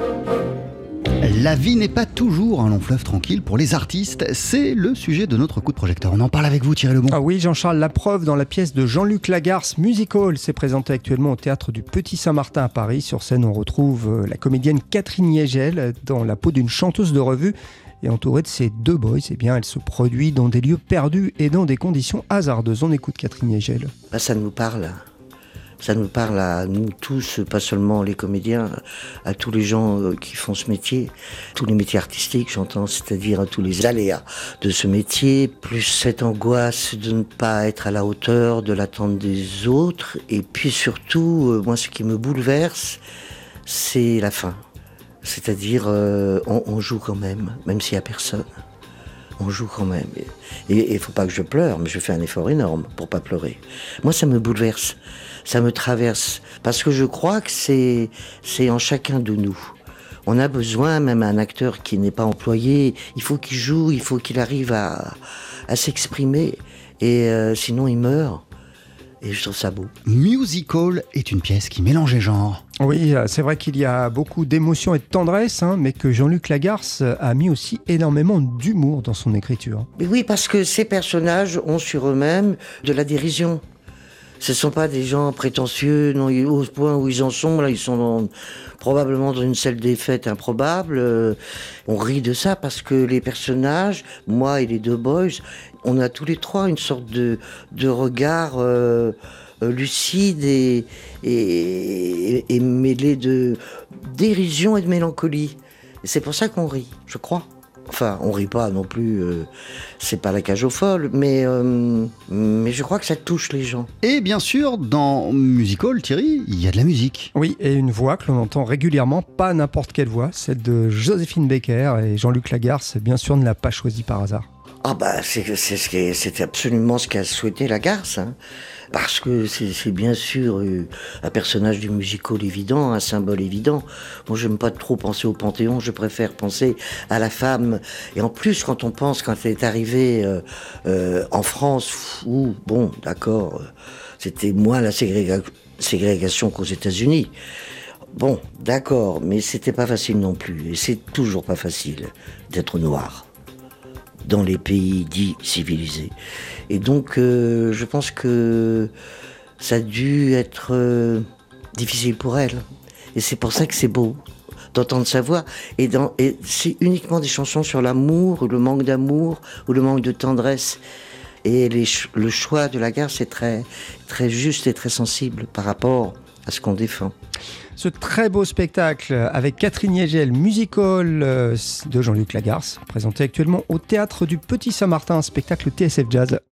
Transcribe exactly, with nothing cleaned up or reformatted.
La vie n'est pas toujours un long fleuve tranquille pour les artistes. C'est le sujet de notre coup de projecteur. On en parle avec vous, Thierry Lebon. Ah oui, Jean-Charles, la preuve dans la pièce de Jean-Luc Lagarce, Music Hall, s'est présentée actuellement au théâtre du Petit Saint-Martin à Paris. Sur scène, on retrouve la comédienne Catherine Yegel dans la peau d'une chanteuse de revue. Et entourée de ses deux boys, eh bien, elle se produit dans des lieux perdus et dans des conditions hasardeuses. On écoute Catherine Yegel. Bah, ça nous parle. Ça nous parle à nous tous, pas seulement les comédiens, à tous les gens qui font ce métier, tous les métiers artistiques, j'entends, c'est-à-dire à tous les aléas de ce métier, plus cette angoisse de ne pas être à la hauteur de l'attente des autres. Et puis surtout, moi, ce qui me bouleverse, c'est la fin. C'est-à-dire, euh, on, on joue quand même, même s'il n'y a personne. On joue quand même. Et il ne faut pas que je pleure, mais je fais un effort énorme pour pas pleurer. Moi, ça me bouleverse, ça me traverse. Parce que je crois que c'est, c'est en chacun de nous. On a besoin, même un acteur qui n'est pas employé, il faut qu'il joue, il faut qu'il arrive à, à s'exprimer. Et euh, sinon, il meurt. Et je trouve ça beau. Music Hall est une pièce qui mélange les genres. Oui, c'est vrai qu'il y a beaucoup d'émotion et de tendresse, hein, mais que Jean-Luc Lagarce a mis aussi énormément d'humour dans son écriture. Mais oui, parce que ces personnages ont sur eux-mêmes de la dérision. Ce ne sont pas des gens prétentieux, non, au point où ils en sont, là, ils sont dans, probablement dans une salle des fêtes improbable. Euh, on rit de ça parce que les personnages, moi et les deux boys, on a tous les trois une sorte de, de regard euh, euh, lucide et, et, et mêlé de dérision et de mélancolie. Et c'est pour ça qu'on rit, je crois. Enfin, on rit pas non plus, euh, c'est pas la cage aux folles, mais, euh, mais je crois que ça touche les gens. Et bien sûr, dans Music Hall, Thierry, il y a de la musique. Oui, et une voix que l'on entend régulièrement, pas n'importe quelle voix, celle de Joséphine Baker, et Jean-Luc Lagarce, bien sûr, ne l'a pas choisie par hasard. Ah bah c'est c'est ce qui c'est absolument ce qu'a souhaité Lagarce, hein, parce que c'est c'est bien sûr euh, un personnage du musical évident, un symbole évident. Bon, j'aime pas trop penser au Panthéon, je préfère penser à la femme. Et en plus, quand on pense quand elle est arrivée euh, euh, en France, où bon, d'accord, euh, c'était moins la ségréga- ségrégation qu'aux États-Unis. Bon, d'accord, mais c'était pas facile non plus, et c'est toujours pas facile d'être noir dans les pays dits civilisés. Et donc, euh, je pense que ça a dû être euh, difficile pour elle. Et c'est pour ça que c'est beau d'entendre sa voix. Et, dans, et c'est uniquement des chansons sur l'amour, ou le manque d'amour, ou le manque de tendresse. Et les, le choix de Lagarce est très, très juste et très sensible par rapport à ce qu'on défend. Ce très beau spectacle avec Catherine Yegel, Music Hall de Jean-Luc Lagarce, présenté actuellement au théâtre du Petit Saint-Martin, un spectacle T S F Jazz.